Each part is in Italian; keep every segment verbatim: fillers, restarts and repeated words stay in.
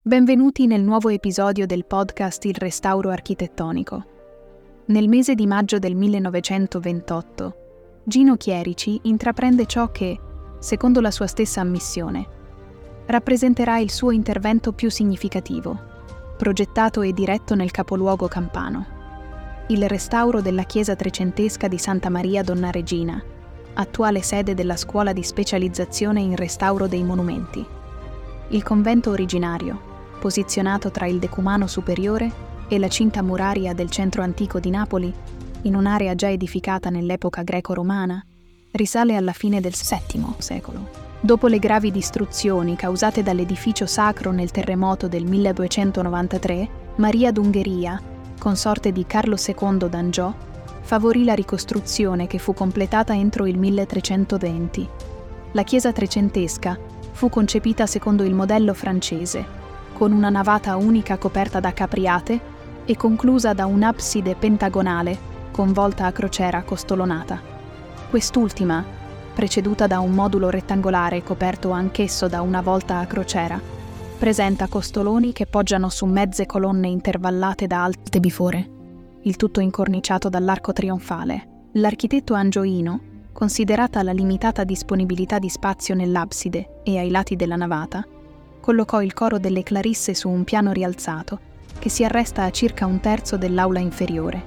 Benvenuti nel nuovo episodio del podcast Il restauro architettonico. Nel mese di maggio del millenovecentoventotto, Gino Chierici intraprende ciò che, secondo la sua stessa ammissione, rappresenterà il suo intervento più significativo, progettato e diretto nel capoluogo campano: il restauro della chiesa trecentesca di Santa Maria Donna Regina, attuale sede della scuola di specializzazione in restauro dei monumenti. Il convento originario, posizionato tra il decumano superiore e la cinta muraria del centro antico di Napoli, in un'area già edificata nell'epoca greco-romana, risale alla fine del settimo secolo. Dopo le gravi distruzioni causate dall'edificio sacro nel terremoto del milleduecentonovantatré, Maria d'Ungheria, consorte di Carlo secondo d'Angiò, favorì la ricostruzione che fu completata entro il milletrecentoventi. La chiesa trecentesca fu concepita secondo il modello francese, con una navata unica coperta da capriate e conclusa da un'abside pentagonale con volta a crociera costolonata. Quest'ultima, preceduta da un modulo rettangolare coperto anch'esso da una volta a crociera, presenta costoloni che poggiano su mezze colonne intervallate da alte bifore, il tutto incorniciato dall'arco trionfale. L'architetto angioino, considerata la limitata disponibilità di spazio nell'abside e ai lati della navata, collocò il coro delle Clarisse su un piano rialzato che si arresta a circa un terzo dell'aula inferiore.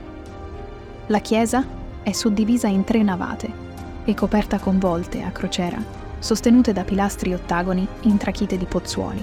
La chiesa è suddivisa in tre navate e coperta con volte a crociera, sostenute da pilastri ottagoni in trachite di pozzuoli.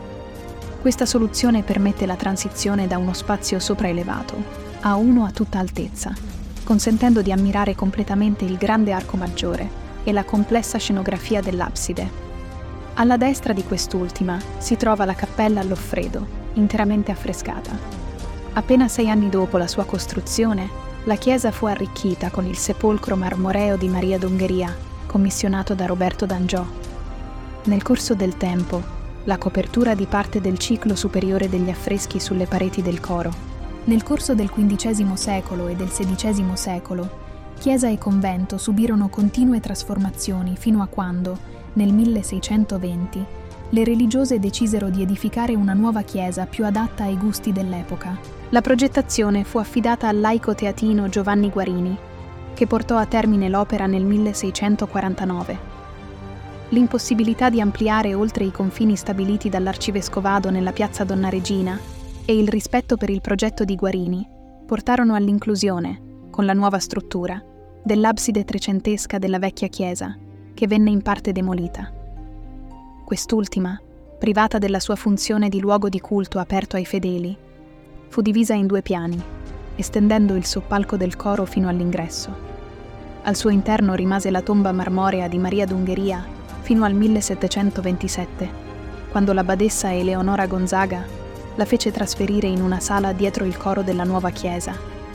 Questa soluzione permette la transizione da uno spazio sopraelevato a uno a tutta altezza, consentendo di ammirare completamente il grande arco maggiore e la complessa scenografia dell'abside. Alla destra di quest'ultima si trova la cappella a Loffredo, interamente affrescata. Appena sei anni dopo la sua costruzione, la chiesa fu arricchita con il sepolcro marmoreo di Maria d'Ungheria, commissionato da Roberto d'Angiò. Nel corso del tempo, la copertura di parte del ciclo superiore degli affreschi sulle pareti del coro. Nel corso del quindicesimo secolo e del sedicesimo secolo, chiesa e convento subirono continue trasformazioni fino a quando, nel milleseicentoventi, le religiose decisero di edificare una nuova chiesa più adatta ai gusti dell'epoca. La progettazione fu affidata al laico teatino Giovanni Guarini, che portò a termine l'opera nel milleseicentoquarantanove. L'impossibilità di ampliare oltre i confini stabiliti dall'arcivescovado nella piazza Donna Regina e il rispetto per il progetto di Guarini portarono all'inclusione, con la nuova struttura, dell'abside trecentesca della vecchia chiesa, che venne in parte demolita. Quest'ultima, privata della sua funzione di luogo di culto aperto ai fedeli, fu divisa in due piani, estendendo il soppalco del coro fino all'ingresso. Al suo interno rimase la tomba marmorea di Maria d'Ungheria fino al millesettecentoventisette, quando la badessa Eleonora Gonzaga la fece trasferire in una sala dietro il coro della nuova chiesa.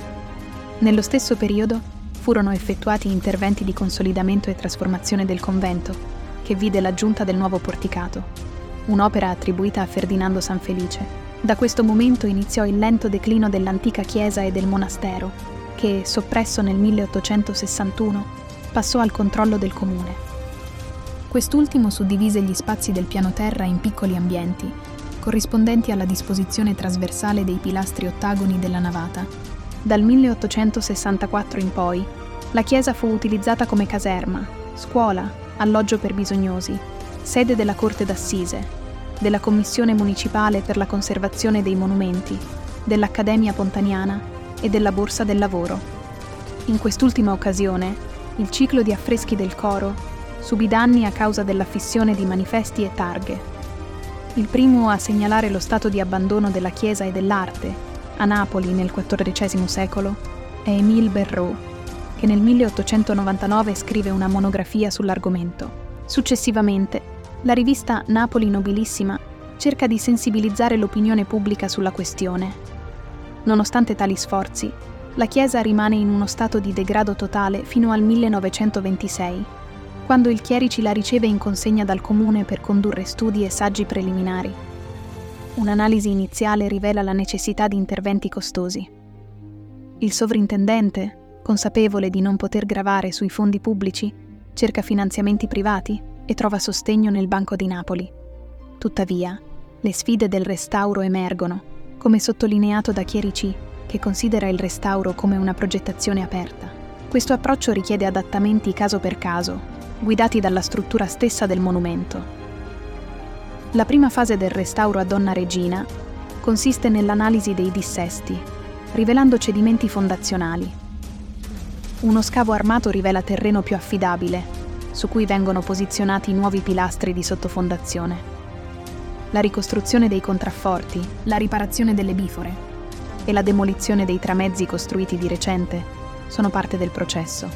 Nello stesso periodo furono effettuati interventi di consolidamento e trasformazione del convento, che vide l'aggiunta del nuovo porticato, un'opera attribuita a Ferdinando Sanfelice. Da questo momento iniziò il lento declino dell'antica chiesa e del monastero, che, soppresso nel milleottocentosessantuno, passò al controllo del comune. Quest'ultimo suddivise gli spazi del piano terra in piccoli ambienti, corrispondenti alla disposizione trasversale dei pilastri ottagoni della navata. Dal milleottocentosessantaquattro in poi, la chiesa fu utilizzata come caserma, scuola, alloggio per bisognosi, sede della Corte d'Assise, della Commissione Municipale per la Conservazione dei Monumenti, dell'Accademia Pontaniana e della Borsa del Lavoro. In quest'ultima occasione, il ciclo di affreschi del coro subì danni a causa dell'affissione di manifesti e targhe. Il primo a segnalare lo stato di abbandono della chiesa e dell'arte a Napoli nel quattordicesimo secolo è Émile Berrou, che nel milleottocentonovantanove scrive una monografia sull'argomento. Successivamente, la rivista Napoli Nobilissima cerca di sensibilizzare l'opinione pubblica sulla questione. Nonostante tali sforzi, la chiesa rimane in uno stato di degrado totale fino al millenovecentoventisei, quando il Chierici la riceve in consegna dal comune per condurre studi e saggi preliminari. Un'analisi iniziale rivela la necessità di interventi costosi. Il sovrintendente, consapevole di non poter gravare sui fondi pubblici, cerca finanziamenti privati e trova sostegno nel Banco di Napoli. Tuttavia, Le sfide del restauro emergono, come sottolineato da Chierici, che considera il restauro come una progettazione aperta. Questo approccio richiede adattamenti caso per caso, guidati dalla struttura stessa del monumento. La prima fase del restauro a Donna Regina consiste nell'analisi dei dissesti, rivelando cedimenti fondazionali. Uno scavo armato rivela terreno più affidabile, su cui vengono posizionati nuovi pilastri di sottofondazione. La ricostruzione dei contrafforti, la riparazione delle bifore e la demolizione dei tramezzi costruiti di recente sono parte del processo.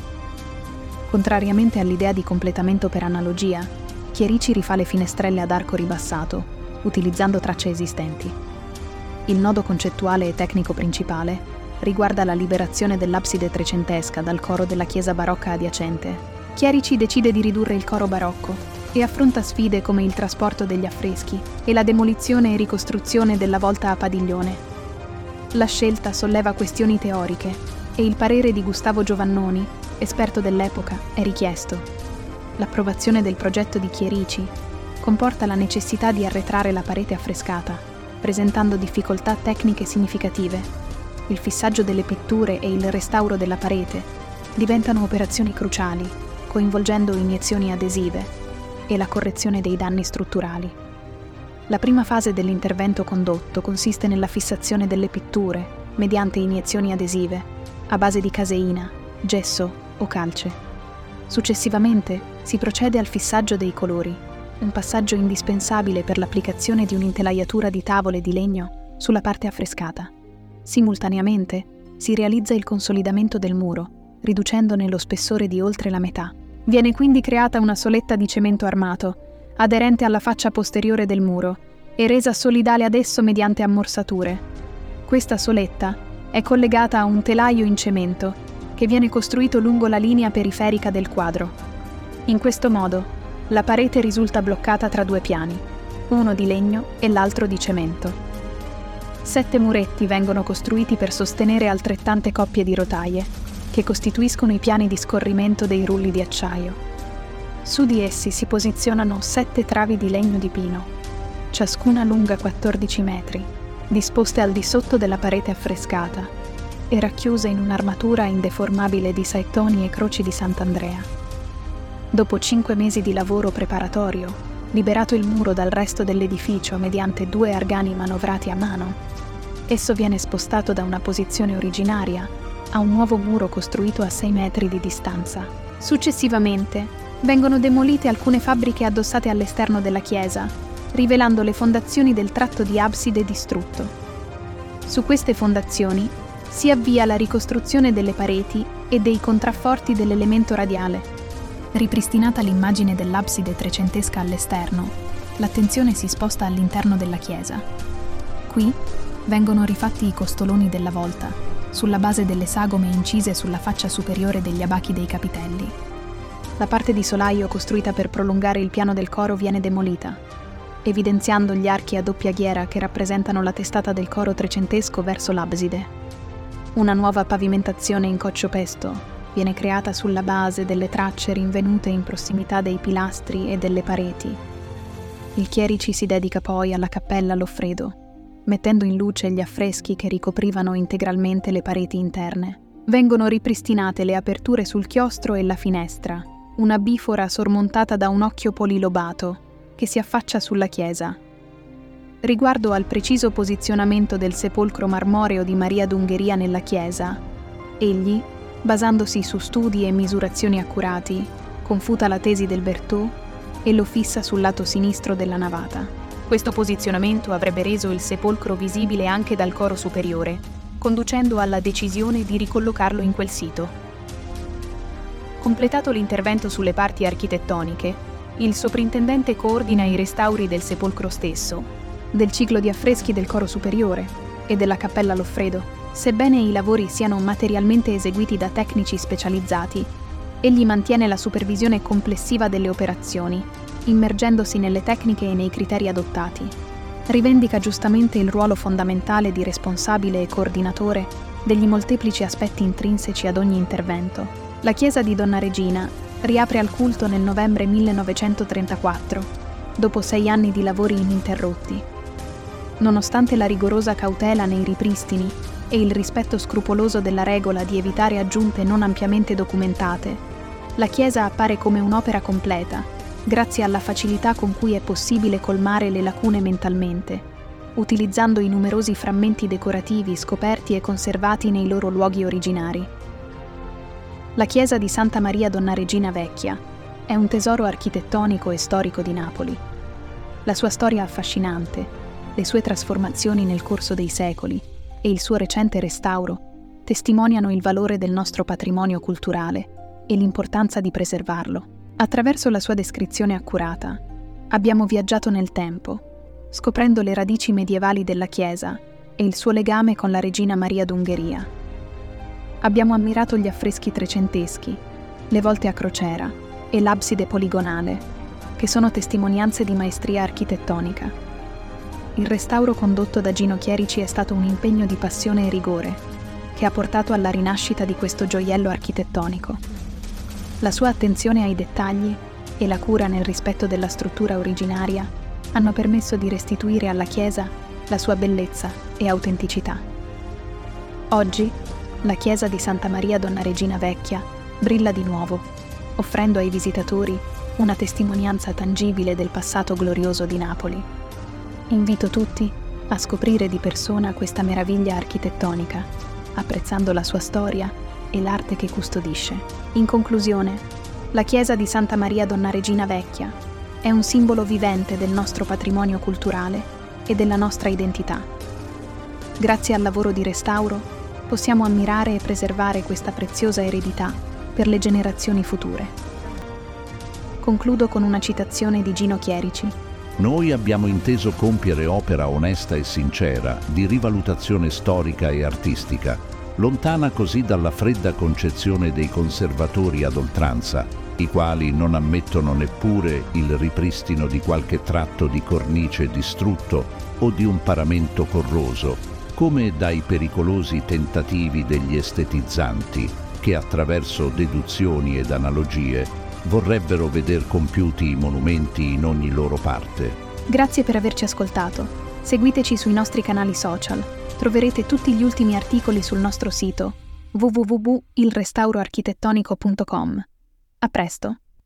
Contrariamente all'idea di completamento per analogia, Chierici rifà le finestrelle ad arco ribassato, utilizzando tracce esistenti. Il nodo concettuale e tecnico principale riguarda la liberazione dell'abside trecentesca dal coro della chiesa barocca adiacente. Chierici decide di ridurre il coro barocco e affronta sfide come il trasporto degli affreschi e la demolizione e ricostruzione della volta a padiglione. La scelta solleva questioni teoriche e il parere di Gustavo Giovannoni, esperto dell'epoca, è richiesto. L'approvazione del progetto di Chierici comporta la necessità di arretrare la parete affrescata, presentando difficoltà tecniche significative. Il fissaggio delle pitture e il restauro della parete diventano operazioni cruciali, coinvolgendo iniezioni adesive e la correzione dei danni strutturali. La prima fase dell'intervento condotto consiste nella fissazione delle pitture mediante iniezioni adesive a base di caseina, gesso o calce. Successivamente si procede al fissaggio dei colori, un passaggio indispensabile per l'applicazione di un'intelaiatura di tavole di legno sulla parte affrescata. Simultaneamente si realizza il consolidamento del muro, riducendone lo spessore di oltre la metà. Viene quindi creata una soletta di cemento armato, aderente alla faccia posteriore del muro, e resa solidale ad esso mediante ammorsature. Questa soletta è collegata a un telaio in cemento, che viene costruito lungo la linea periferica del quadro. In questo modo, la parete risulta bloccata tra due piani, uno di legno e l'altro di cemento. Sette muretti vengono costruiti per sostenere altrettante coppie di rotaie, che costituiscono i piani di scorrimento dei rulli di acciaio. Su di essi si posizionano sette travi di legno di pino, ciascuna lunga quattordici metri, disposte al di sotto della parete affrescata e racchiuse in un'armatura indeformabile di saettoni e croci di Sant'Andrea. Dopo cinque mesi di lavoro preparatorio, liberato il muro dal resto dell'edificio mediante due argani manovrati a mano, esso viene spostato da una posizione originaria a un nuovo muro costruito a sei metri di distanza. Successivamente vengono demolite alcune fabbriche addossate all'esterno della chiesa, rivelando le fondazioni del tratto di abside distrutto. Su queste fondazioni si avvia la ricostruzione delle pareti e dei contrafforti dell'elemento radiale. Ripristinata l'immagine dell'abside trecentesca all'esterno, l'attenzione si sposta all'interno della chiesa. Qui vengono rifatti i costoloni della volta, sulla base delle sagome incise sulla faccia superiore degli abachi dei capitelli. La parte di solaio costruita per prolungare il piano del coro viene demolita, evidenziando gli archi a doppia ghiera che rappresentano la testata del coro trecentesco verso l'abside. Una nuova pavimentazione in coccio pesto viene creata sulla base delle tracce rinvenute in prossimità dei pilastri e delle pareti. Il Chierici si dedica poi alla cappella Loffredo, mettendo in luce gli affreschi che ricoprivano integralmente le pareti interne. Vengono ripristinate le aperture sul chiostro e la finestra, una bifora sormontata da un occhio polilobato che si affaccia sulla chiesa. Riguardo al preciso posizionamento del sepolcro marmoreo di Maria d'Ungheria nella chiesa, egli, basandosi su studi e misurazioni accurati, confuta la tesi del Berthaud e lo fissa sul lato sinistro della navata. Questo posizionamento avrebbe reso il sepolcro visibile anche dal coro superiore, conducendo alla decisione di ricollocarlo in quel sito. Completato l'intervento sulle parti architettoniche, il soprintendente coordina i restauri del sepolcro stesso, del ciclo di affreschi del coro superiore e della cappella Loffredo. Sebbene i lavori siano materialmente eseguiti da tecnici specializzati, egli mantiene la supervisione complessiva delle operazioni, immergendosi nelle tecniche e nei criteri adottati. Rivendica giustamente il ruolo fondamentale di responsabile e coordinatore degli molteplici aspetti intrinseci ad ogni intervento. La chiesa di Donna Regina riapre al culto nel novembre millenovecentotrentaquattro, dopo sei anni di lavori ininterrotti. Nonostante la rigorosa cautela nei ripristini e il rispetto scrupoloso della regola di evitare aggiunte non ampiamente documentate, la chiesa appare come un'opera completa, grazie alla facilità con cui è possibile colmare le lacune mentalmente, utilizzando i numerosi frammenti decorativi scoperti e conservati nei loro luoghi originari. La chiesa di Santa Maria Donna Regina Vecchia è un tesoro architettonico e storico di Napoli. La sua storia affascinante, le sue trasformazioni nel corso dei secoli e il suo recente restauro testimoniano il valore del nostro patrimonio culturale e l'importanza di preservarlo. Attraverso la sua descrizione accurata, abbiamo viaggiato nel tempo, scoprendo le radici medievali della chiesa e il suo legame con la regina Maria d'Ungheria. Abbiamo ammirato gli affreschi trecenteschi, le volte a crociera e l'abside poligonale, che sono testimonianze di maestria architettonica. Il restauro condotto da Gino Chierici è stato un impegno di passione e rigore, che ha portato alla rinascita di questo gioiello architettonico. La sua attenzione ai dettagli e la cura nel rispetto della struttura originaria hanno permesso di restituire alla chiesa la sua bellezza e autenticità. Oggi, la chiesa di Santa Maria Donna Regina Vecchia brilla di nuovo, offrendo ai visitatori una testimonianza tangibile del passato glorioso di Napoli. Invito tutti a scoprire di persona questa meraviglia architettonica, apprezzando la sua storia e l'arte che custodisce. In conclusione, la chiesa di Santa Maria Donna Regina Vecchia è un simbolo vivente del nostro patrimonio culturale e della nostra identità. Grazie al lavoro di restauro, possiamo ammirare e preservare questa preziosa eredità per le generazioni future. Concludo con una citazione di Gino Chierici. Noi abbiamo inteso compiere opera onesta e sincera di rivalutazione storica e artistica, lontana così dalla fredda concezione dei conservatori ad oltranza, i quali non ammettono neppure il ripristino di qualche tratto di cornice distrutto o di un paramento corroso, come dai pericolosi tentativi degli estetizzanti che attraverso deduzioni ed analogie vorrebbero veder compiuti i monumenti in ogni loro parte. Grazie per averci ascoltato. Seguiteci sui nostri canali social. Troverete tutti gli ultimi articoli sul nostro sito w w w punto il restauro architettonico punto com. A presto!